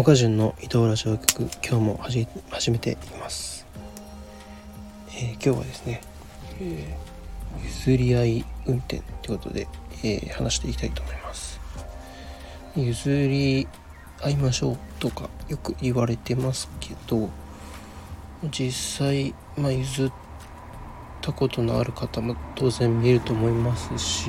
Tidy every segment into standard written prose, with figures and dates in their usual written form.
岡潤の移動ラジオ局、今日も始めています。今日はですね、譲り合い運転ということで、話していきたいと思います。譲り合いましょうとかよく言われてますけど、実際、譲ったことのある方も当然見えると思いますし、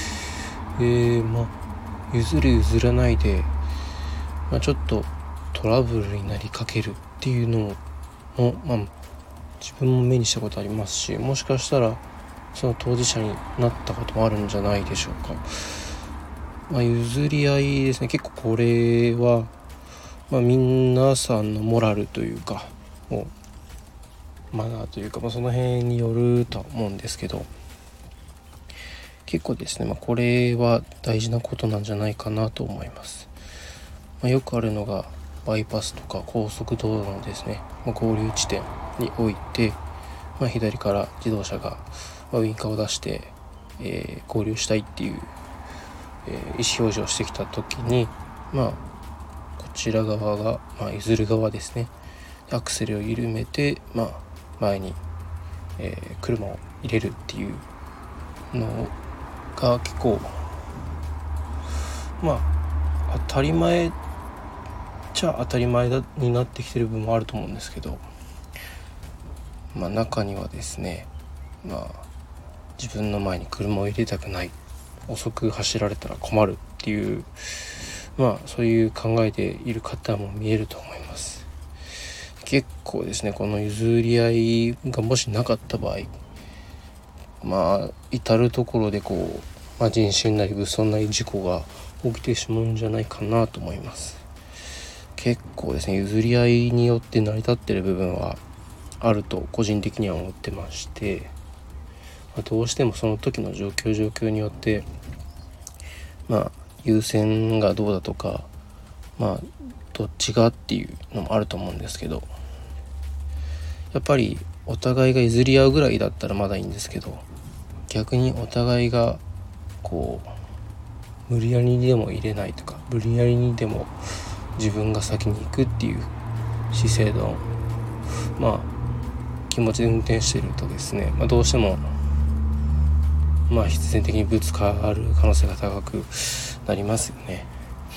譲る譲らないで、ちょっとトラブルになりかけるっていうのも、自分も目にしたことありますし、もしかしたらその当事者になったこともあるんじゃないでしょうか。譲り合いですね。結構これは、皆さんのモラルというかマナーというか、その辺によるとは思うんですけど、結構ですね、これは大事なことなんじゃないかなと思います。よくあるのがバイパスとか高速道路のですね、合流地点において、左から自動車がウインカーを出して、合流したいっていう、意思表示をしてきた時に、こちら側が、譲る側ですね、アクセルを緩めて、前に、車を入れるっていうのが結構当たり前当たり前になってきてる部分もあると思うんですけど、中にはですね、自分の前に車を入れたくない、遅く走られたら困るっていう、そういう考えでいる方も見えると思います。結構ですね、この譲り合いがもしなかった場合、至るところで人身なり物損なり事故が起きてしまうんじゃないかなと思います。結構ですね、譲り合いによって成り立っている部分はあると個人的には思ってまして、どうしてもその時の状況によって優先がどうだとか、どっちがっていうのもあると思うんですけど、やっぱりお互いが譲り合うぐらいだったらまだいいんですけど、逆にお互いが無理やりにでも入れないとか、無理やりにでも自分が先に行くっていう姿勢の気持ちで運転しているとですね、どうしても必然的にぶつかる可能性が高くなりますよね。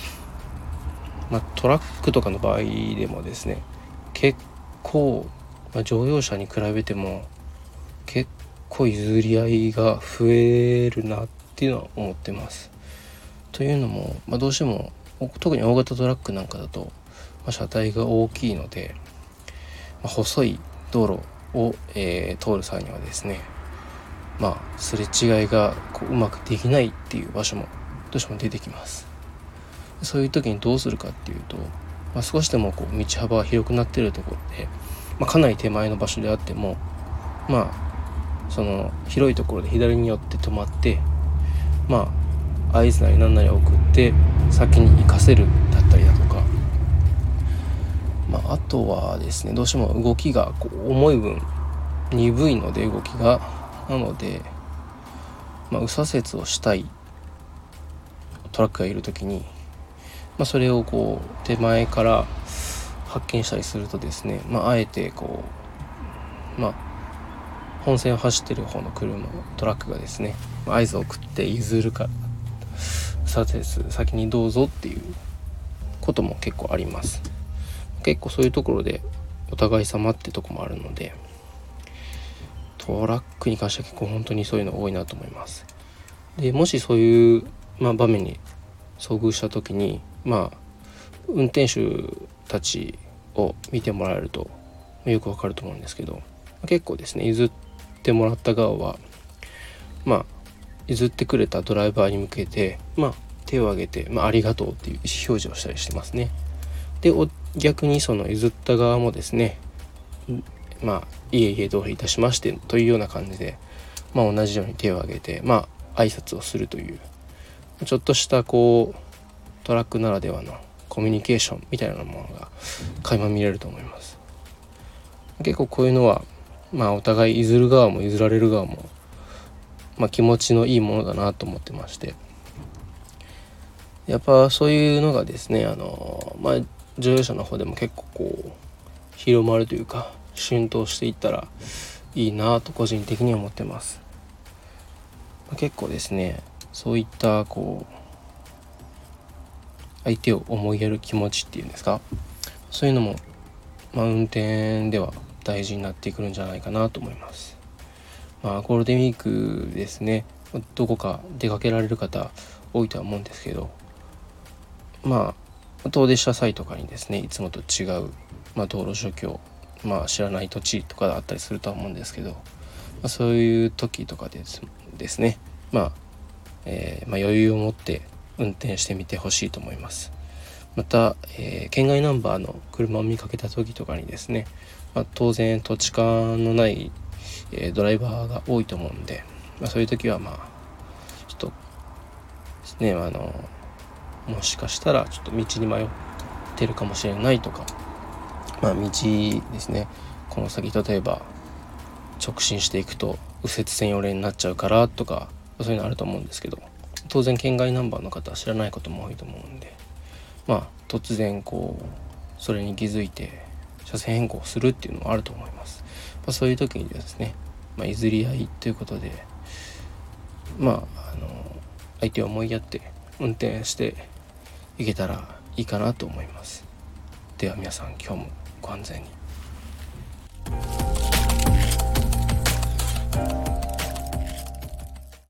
トラックとかの場合でもですね、結構、乗用車に比べても結構譲り合いが増えるなっていうのは思ってます。というのも、どうしても特に大型トラックなんかだと、車体が大きいので、細い道路を、通る際にはですね、すれ違いがうまくできないっていう場所もどうしても出てきます。そういう時にどうするかっていうと、少しでも道幅が広くなっているところで、かなり手前の場所であっても、その広いところで左に寄って止まって、合図なり何なり送って先に行かせるだったりだとか、あとはですね、どうしても動きが重い分鈍いので、動きがなので、右左折をしたいトラックがいるときに、それを手前から発見したりするとですね、あえて本線を走ってる方のトラックがですね、合図を送って譲るか、左折先にどうぞっていうことも結構あります。結構そういうところでお互い様ってとこもあるので、トラックに関しては結構本当にそういうの多いなと思います。でもしそういう、場面に遭遇した時に、運転手たちを見てもらえるとよくわかると思うんですけど、結構ですね、譲ってもらった側は譲ってくれたドライバーに向けて手を挙げて、ありがとうっていう意思表示をしたりしてますね。で逆にその譲った側もですね、いえいえどういたしましてというような感じで、同じように手を挙げて挨拶をするという、ちょっとしたトラックならではのコミュニケーションみたいなものが垣間見れると思います。結構こういうのはお互い譲る側も譲られる側も気持ちのいいものだなと思ってまして、やっぱそういうのがですね、 乗用車の方でも結構こう広まるというか浸透していったらいいなと個人的に思ってます。結構ですね、そういったこう相手を思いやる気持ちっていうんですか、そういうのも、運転では大事になってくるんじゃないかなと思います。ゴールデンウィークですね、どこか出かけられる方多いとは思うんですけど、遠出した際とかにですね、いつもと違う、道路状況、知らない土地とかだったりするとは思うんですけど、そういう時とかですね、余裕を持って運転してみてほしいと思います。また、県外ナンバーの車を見かけた時とかにですね、当然土地勘のない、ドライバーが多いと思うんで、そういう時はちょっとですね、もしかしたらちょっと道に迷ってるかもしれないとか、道ですね、この先例えば直進していくと右折専用レーンになっちゃうからとか、そういうのあると思うんですけど、当然県外ナンバーの方は知らないことも多いと思うんで、突然こうそれに気づいて車線変更するっていうのもあると思います。そういう時にですね、譲り合いということで、相手を思いやって運転していけたらいいかなと思います。では皆さん、今日もご安全に。